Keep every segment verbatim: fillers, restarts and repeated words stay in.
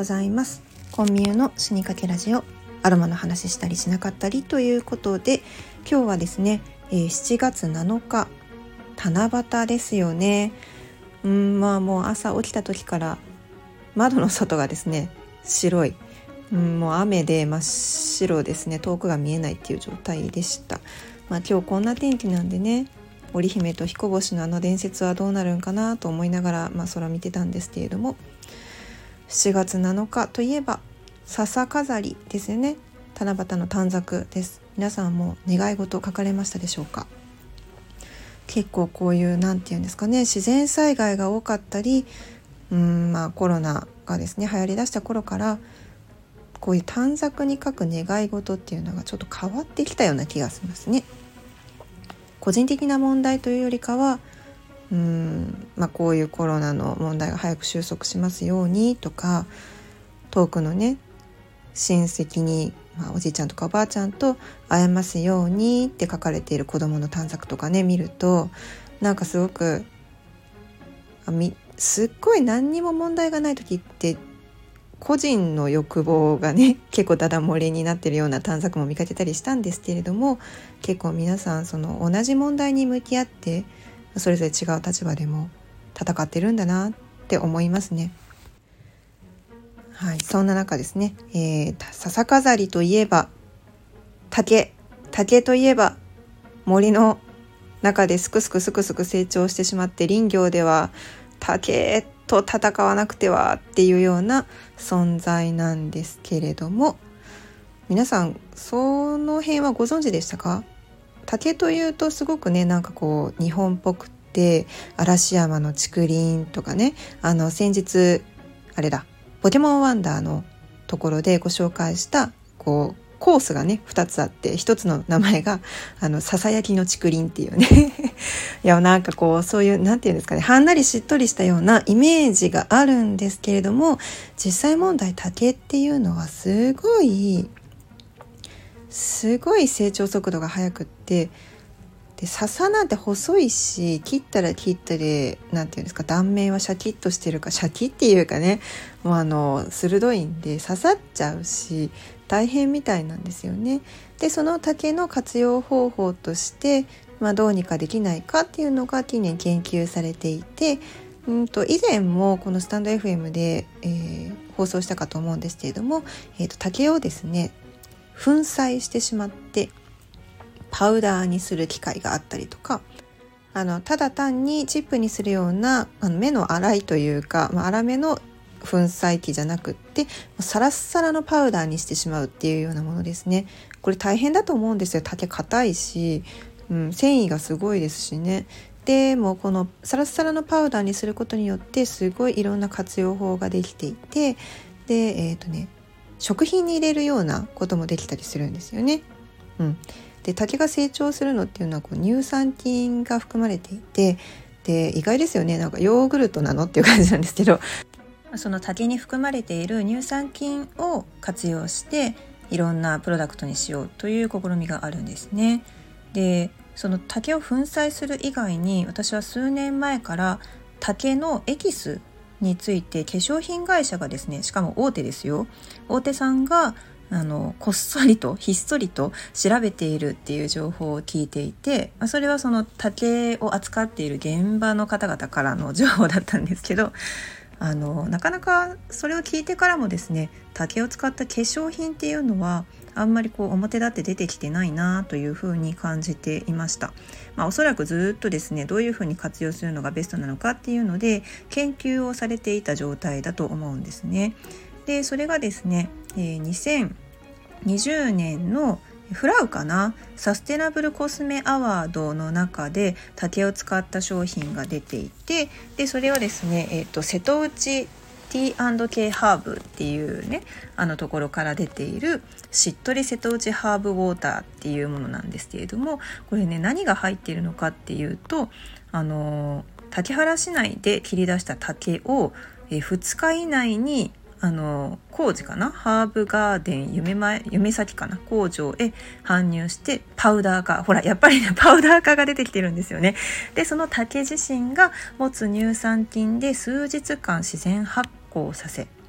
ございます。コンミュの死にかけラジオ、アロマの話したりしなかったりということで、今日はですね、えー、しちがつなのか七夕ですよね。うんまあもう朝起きた時から窓の外がですね白い、うんもう雨で真っ白ですね。遠くが見えないっていう状態でした。まあ今日こんな天気なんでね、織姫と彦星のあの伝説はどうなるんかなと思いながら、まあ、空見てたんですけれども、しちがつなのかといえば笹飾りですよね。七夕の短冊です。皆さんも願い事書かれましたでしょうか。結構こういうなんていうんですかね、自然災害が多かったり、うーんまあコロナがですね流行りだした頃からこういう短冊に書く願い事っていうのがちょっと変わってきたような気がしますね。個人的な問題というよりかはうーん、まあ、こういうコロナの問題が早く収束しますようにとか、遠くのね親戚に、まあ、おじいちゃんとかおばあちゃんと会えますようにって書かれている子どもの短冊とかね見ると、なんかすごくあみすっごい何にも問題がない時って個人の欲望がね結構ダダ漏れになってるような短冊も見かけたりしたんですけれども、結構皆さんその同じ問題に向き合ってそれぞれ違う立場でも戦ってるんだなって思いますね。はい、そんな中ですね、えー、笹飾りといえば竹竹といえば森の中ですくすくすくすく成長してしまって、林業では竹と戦わなくてはっていうような存在なんですけれども、皆さんその辺はご存知でしたか？竹というとすごくねなんかこう日本っぽくって嵐山の竹林とかね、あの先日あれだポケモンワンダーのところでご紹介したこうコースがねふたつあって、ひとつの名前があのささやきの竹林っていうねいやなんかこうそういうなんていうんですかね、はんなりしっとりしたようなイメージがあるんですけれども、実際問題竹っていうのはすごいすごい成長速度が速くって、で笹なんて細いし、切ったら切ったでなんていうんですか、断面はシャキッとしてるかシャキっていうかね、もうあの鋭いんで刺さっちゃうし大変みたいなんですよね。でその竹の活用方法として、まあ、どうにかできないかっていうのが近年研究されていて、うんと以前もこのスタンド エフエム で、えー、放送したかと思うんですけれども、えーと竹をですね粉砕してしまってパウダーにする機械があったりとか、あのただ単にチップにするようなあの目の粗いというか、まあ、粗めの粉砕機じゃなくってサラッサラのパウダーにしてしまうっていうようなものですね。これ大変だと思うんですよ。竹硬いし、うん、繊維がすごいですしね。でもこのサラッサラのパウダーにすることによってすごいいろんな活用法ができていて、でえっとね食品に入れるようなこともできたりするんですよね。うん、で竹が成長するのっていうのはこう乳酸菌が含まれていて、で意外ですよね。なんかヨーグルトなのっていう感じなんですけど、その竹に含まれている乳酸菌を活用していろんなプロダクトにしようという試みがあるんですね。でその竹を粉砕する以外に、私は数年前から竹のエキスについて化粧品会社がですね、しかも大手ですよ、大手さんがあのこっそりとひっそりと調べているっていう情報を聞いていて、それはその竹を扱っている現場の方々からの情報だったんですけど、あのなかなかそれを聞いてからもですね、竹を使った化粧品っていうのはあんまりこう表立って出てきてないなというふうに感じていました。まあ、おそらくずっとですねどういうふうに活用するのがベストなのかっていうので研究をされていた状態だと思うんですね。でそれがですね、えー、にせんにじゅうねんのフラウかなサステナブルコスメアワードの中で竹を使った商品が出ていて、でそれをですね、えーと、瀬戸内 ティーアンドケー ハーブっていうねあのところから出ているしっとり瀬戸内ハーブウォーターっていうものなんですけれども、これね何が入っているのかっていうと、あの竹原市内で切り出した竹をえふつか以内にあの工事かなハーブガーデン夢前夢先かな工場へ搬入してパウダー化、ほらやっぱりねパウダー化が出てきてるんですよね。でその竹自身が持つ乳酸菌で数日間自然発酵させ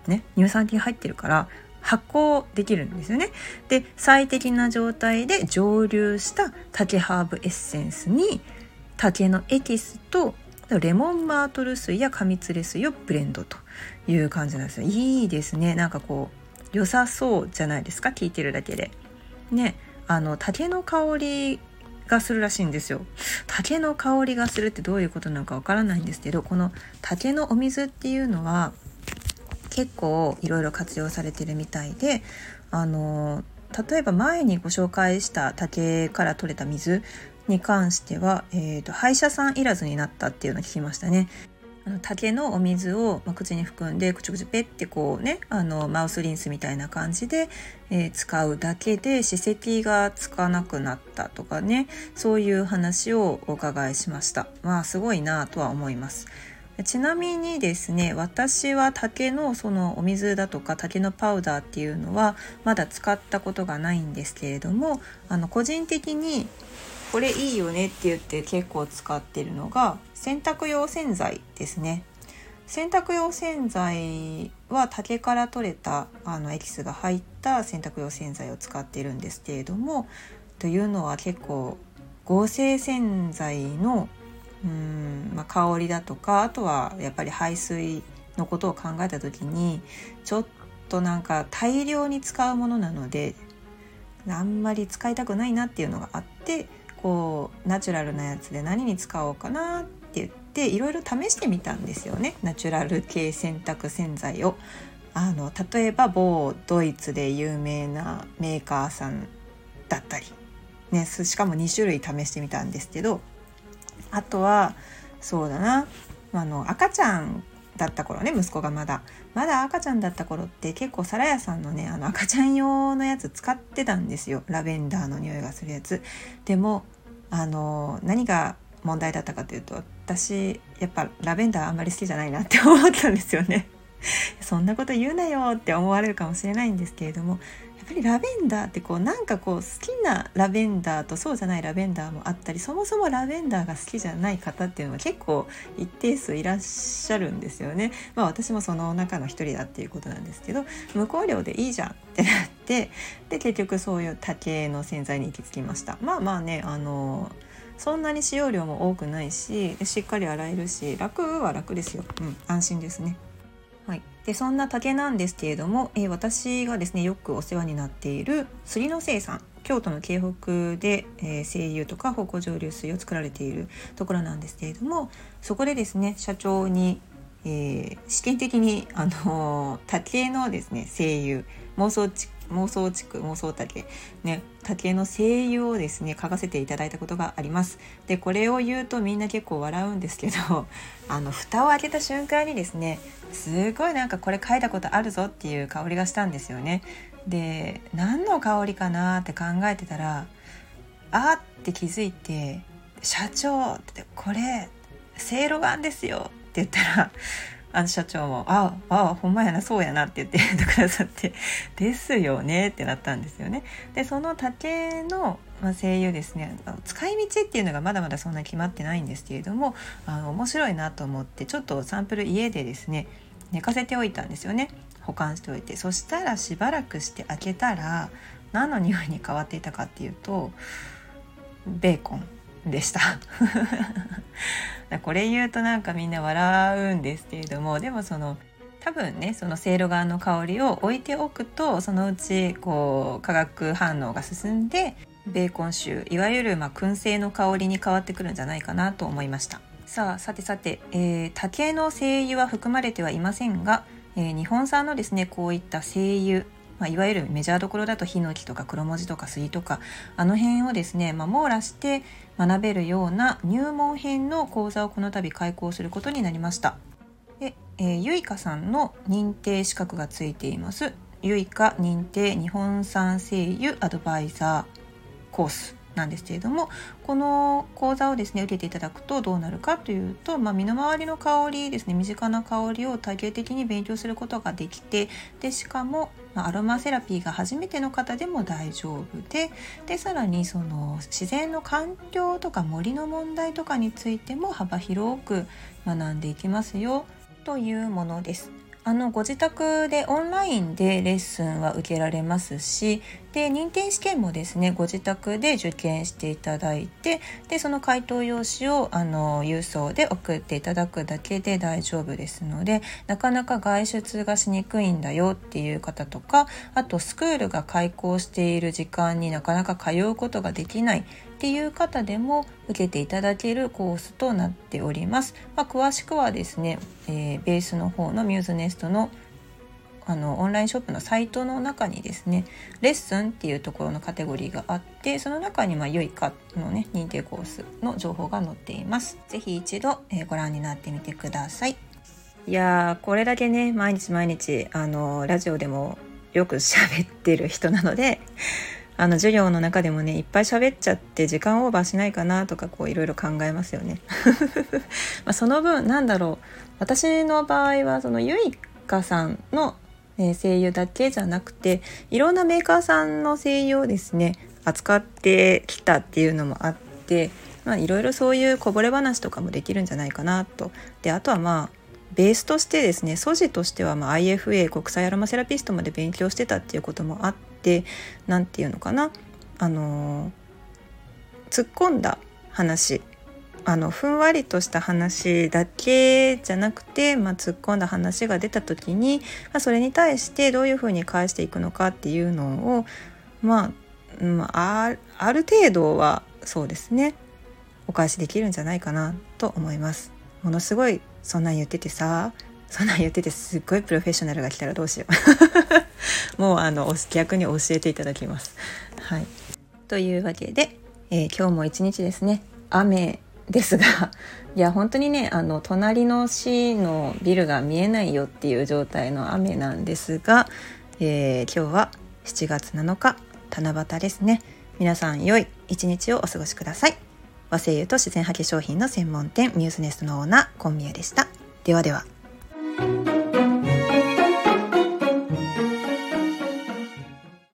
ね、乳酸菌入ってるから発酵できるんですよね。で最適な状態で蒸留した竹ハーブエッセンスに竹のエキスとレモンマートル水やカミツレ水をブレンドという感じなんですよ。いいですね。なんかこう良さそうじゃないですか、聞いてるだけでね。あの竹の香りがするらしいんですよ。竹の香りがするってどういうことなのかわからないんですけど、この竹のお水っていうのは結構いろいろ活用されてるみたいで、あの例えば前にご紹介した竹から取れた水に関しては、えーと、歯医者さんいらずになったっていうのを聞きましたね。あの竹のお水を、まあ、口に含んでくちゅくちゅペッてこうね、あのマウスリンスみたいな感じで、えー、使うだけで歯石がつかなくなったとかね、そういう話をお伺いしました。まあすごいなとは思います。ちなみにですね、私は竹のそのお水だとか竹のパウダーっていうのはまだ使ったことがないんですけれども、あの個人的にこれいいよねって言って結構使ってるのが洗濯用洗剤ですね。洗濯用洗剤は竹から取れたあのエキスが入った洗濯用洗剤を使っているんですけれども、というのは結構合成洗剤のうーん、まあ、香りだとか、あとはやっぱり排水のことを考えた時にちょっとなんか大量に使うものなのであんまり使いたくないなっていうのがあって、こうナチュラルなやつで何に使おうかなって言っていろいろ試してみたんですよね。ナチュラル系洗濯洗剤をあの例えば某ドイツで有名なメーカーさんだったり、ね、しかもに種類試してみたんですけど、あとはそうだな、あの赤ちゃんだった頃ね、息子がまだまだ赤ちゃんだった頃って結構サラヤさんのね、あの赤ちゃん用のやつ使ってたんですよ。ラベンダーの匂いがするやつ。でもあの何が問題だったかというと、私やっぱラベンダーあんまり好きじゃないなって思ったんですよね。そんなこと言うなよって思われるかもしれないんですけれども、やっぱりラベンダーってこうなんかこう好きなラベンダーとそうじゃないラベンダーもあったり、そもそもラベンダーが好きじゃない方っていうのは結構一定数いらっしゃるんですよね。まあ私もその中の一人だっていうことなんですけど、無香料でいいじゃんってなって、で結局そういう竹の洗剤に行き着きました。まあまあね、あのそんなに使用量も多くないし、しっかり洗えるし、楽は楽ですよ。うん、安心ですね。はい、でそんな竹なんですけれども、えー、私がですねよくお世話になっている杉の生さん、京都の京北で、えー、精油とか芳香蒸留水を作られているところなんですけれども、そこでですね社長に、えー、試験的に、あのー、竹のですね精油妄想地妄想地区妄想竹ね竹の精油をですね嗅がせていただいたことがあります。でこれを言うとみんな結構笑うんですけど、あの蓋を開けた瞬間にですねすごいなんかこれ嗅いだことあるぞっていう香りがしたんですよね。で何の香りかなって考えてたら、あーって気づいて、社長ってこれせいろがんですよって言ったら、あの社長もああほんまやなそうやなって言って言ってくださって、ですよねってなったんですよね。でその竹の、まあ、精油ですね、使い道っていうのがまだまだそんな決まってないんですけれども、あの面白いなと思ってちょっとサンプル家でですね寝かせておいたんですよね。保管しておいて、そしたらしばらくして開けたら何の匂いに変わっていたかっていうとベーコンでしたこれ言うとなんかみんな笑うんですけれども、でもその多分ねそのせいろがんの香りを置いておくと、そのうちこう化学反応が進んでベーコン臭、いわゆるまあ燻製の香りに変わってくるんじゃないかなと思いました。さあさてさて、えー、竹の精油は含まれてはいませんが、えー、日本産のですねこういった精油、まあ、いわゆるメジャーどころだとヒノキとか黒文字とか杉とかあの辺をですね、まあ、網羅して学べるような入門編の講座をこの度開講することになりました。で、えー、ゆいかさんの認定資格がついていますゆいか認定日本産精油アドバイザーコースなんですけれども、この講座をですね受けていただくとどうなるかというと、まあ、身の回りの香りですね、身近な香りを体系的に勉強することができて、でしかも、まあ、アロマセラピーが初めての方でも大丈夫で、でさらにその自然の環境とか森の問題とかについても幅広く学んでいきますよというものです。 あのご自宅でオンラインでレッスンは受けられますし、で認定試験もですねご自宅で受験していただいて、でその回答用紙をあの郵送で送っていただくだけで大丈夫ですので、なかなか外出がしにくいんだよっていう方とか、あとスクールが開校している時間になかなか通うことができないっていう方でも受けていただけるコースとなっております。まあ、詳しくはですね、えー、ベースの方のミューズネストのあのオンラインショップのサイトの中にですね、レッスンっていうところのカテゴリーがあって、その中にまあユイカのね認定コースの情報が載っています。ぜひ一度、えー、ご覧になってみてください。いやーこれだけね毎日毎日あのラジオでもよく喋ってる人なので、あの授業の中でもねいっぱい喋っちゃって時間オーバーしないかなとかこういろいろ考えますよねまあその分なんだろう、私の場合はそのユイカさんの声優だけじゃなくて、いろんなメーカーさんの声優をですね扱ってきたっていうのもあって、まあいろいろそういうこぼれ話とかもできるんじゃないかなと。であとはまあベースとしてですね、素地としてはまあ アイエフエー 国際アロマセラピストまで勉強してたっていうこともあって、なんていうのかな、あの突っ込んだ話、あのふんわりとした話だけじゃなくて、まあ、突っ込んだ話が出た時に、まあ、それに対してどういうふうに返していくのかっていうのを、まあ、まあ、ある程度はそうですねお返しできるんじゃないかなと思います。ものすごいそんなん言っててさそんなん言っててすっごいプロフェッショナルが来たらどうしようもうあの逆に教えていただきます。はい、というわけで、えー、今日も一日ですね雨ですが、いや本当にねあの隣の市のビルが見えないよっていう状態の雨なんですが、えー、今日はしちがつなのか七夕ですね。皆さん良い一日をお過ごしください。和精油と自然派化粧品の専門店ミューズネストのオーナーコンミエでした。ではでは。